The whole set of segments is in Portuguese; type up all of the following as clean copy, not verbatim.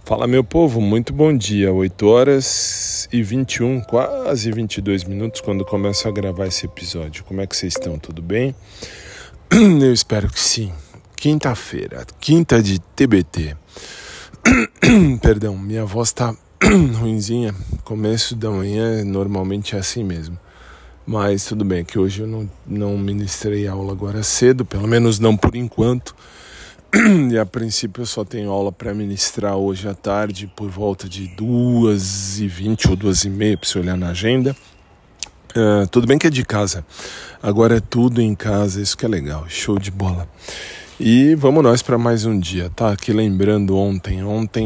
Fala, meu povo, muito bom dia, 8 horas e 21, quase 22 minutos quando começo a gravar esse episódio. Como é que vocês estão? Tudo bem? Eu espero que sim. Quinta-feira, quinta de TBT. Perdão, minha voz tá ruinzinha. Começo da manhã normalmente é assim mesmo. Mas tudo bem, que hoje eu não ministrei aula agora cedo, pelo menos não por enquanto. E a princípio eu só tenho aula para ministrar hoje à tarde por volta de 2h20 ou 2h30 para você olhar na agenda. Tudo bem que é de casa, agora é tudo em casa, isso que é legal, show de bola. E vamos nós para mais um dia, tá? Aqui lembrando ontem,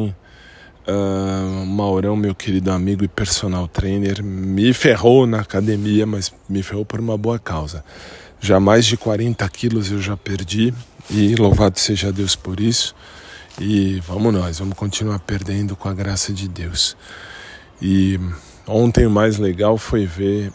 Maurão, meu querido amigo e personal trainer, me ferrou na academia, mas me ferrou por uma boa causa. Já mais de 40 quilos eu já perdi. E louvado seja Deus por isso. E vamos continuar perdendo com a graça de Deus. E ontem o mais legal foi ver,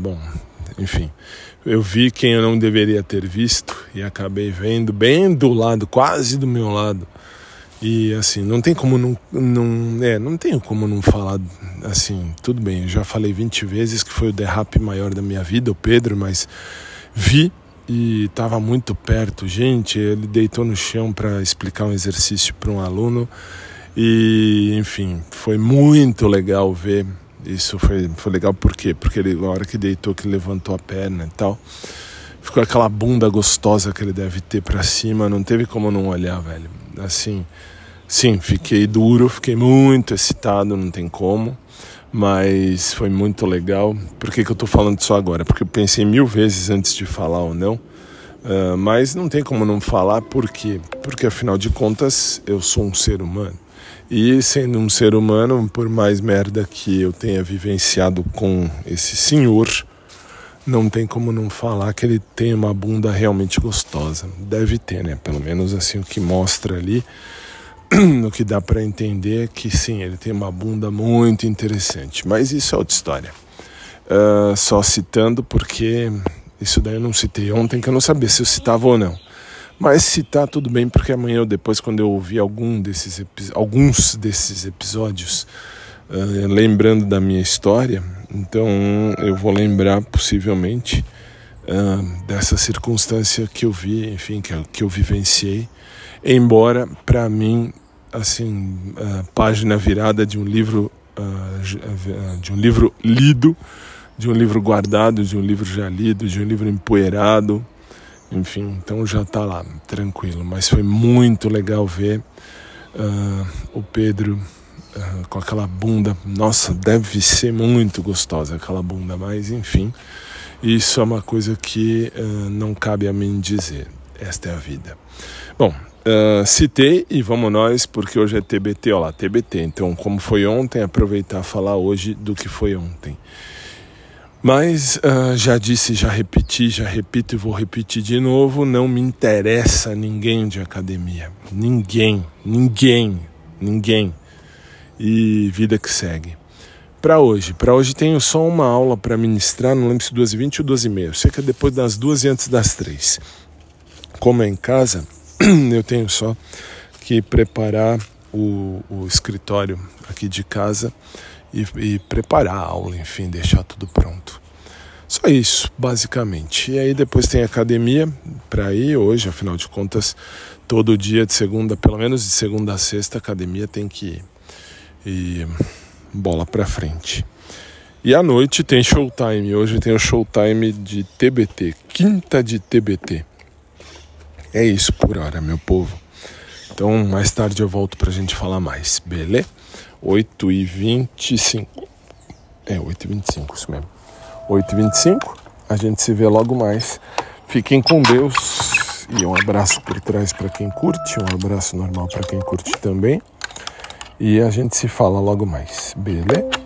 eu vi quem eu não deveria ter visto e acabei vendo bem do lado, quase do meu lado. E assim, não tenho como não falar assim, tudo bem, eu já falei 20 vezes que foi o derrape maior da minha vida, o Pedro, mas vi. E estava muito perto, gente, ele deitou no chão para explicar um exercício para um aluno e, enfim, foi muito legal ver isso, foi legal por quê? Porque ele, na hora que deitou, que levantou a perna e tal, ficou aquela bunda gostosa que ele deve ter para cima, não teve como não olhar, velho, assim, sim, fiquei duro, fiquei muito excitado, não tem como. Mas foi muito legal. Por que eu estou falando disso agora? Porque eu pensei 1000 vezes antes de falar ou não. Mas não tem como não falar. Por quê? Porque afinal de contas eu sou um ser humano. E sendo um ser humano, por mais merda que eu tenha vivenciado com esse senhor, não tem como não falar que ele tem uma bunda realmente gostosa. Deve ter, né? Pelo menos assim o que mostra ali. O que dá para entender é que sim, ele tem uma bunda muito interessante, mas isso é outra história. Só citando porque isso daí eu não citei ontem, que eu não sabia se eu citava ou não. Mas citar tudo bem, porque amanhã ou depois, quando eu ouvir alguns desses episódios, lembrando da minha história, então eu vou lembrar possivelmente dessa circunstância que eu vi, enfim, que eu vivenciei. Embora, para mim, assim, página virada de um livro lido, de um livro guardado, de um livro já lido, de um livro empoeirado, enfim, então já está lá, tranquilo. Mas foi muito legal ver o Pedro com aquela bunda, nossa, deve ser muito gostosa aquela bunda, mas enfim, isso é uma coisa que não cabe a mim dizer, esta é a vida. Bom, citei e vamos nós, porque hoje é TBT, ó lá, TBT. Então, como foi ontem, aproveitar e falar hoje do que foi ontem. Mas, já disse, já repito e vou repetir de novo, não me interessa ninguém de academia. Ninguém. E vida que segue. Para hoje tenho só uma aula para ministrar, não lembro se 2h20 ou 2h30. Eu sei que é depois das 2 e antes das 3. Como é em casa, eu tenho só que preparar o escritório aqui de casa e preparar a aula, enfim, deixar tudo pronto. Só isso, basicamente. E aí depois tem academia para ir hoje, afinal de contas, todo dia de segunda, pelo menos de segunda a sexta, a academia tem que ir. E bola para frente. E à noite tem showtime. Hoje tem o showtime de TBT, quinta de TBT. É isso por hora, meu povo. Então, mais tarde eu volto pra gente falar mais, beleza? 8h25. 8h25, isso mesmo. 8h25, a gente se vê logo mais. Fiquem com Deus. E um abraço por trás pra quem curte. Um abraço normal pra quem curte também. E a gente se fala logo mais, beleza?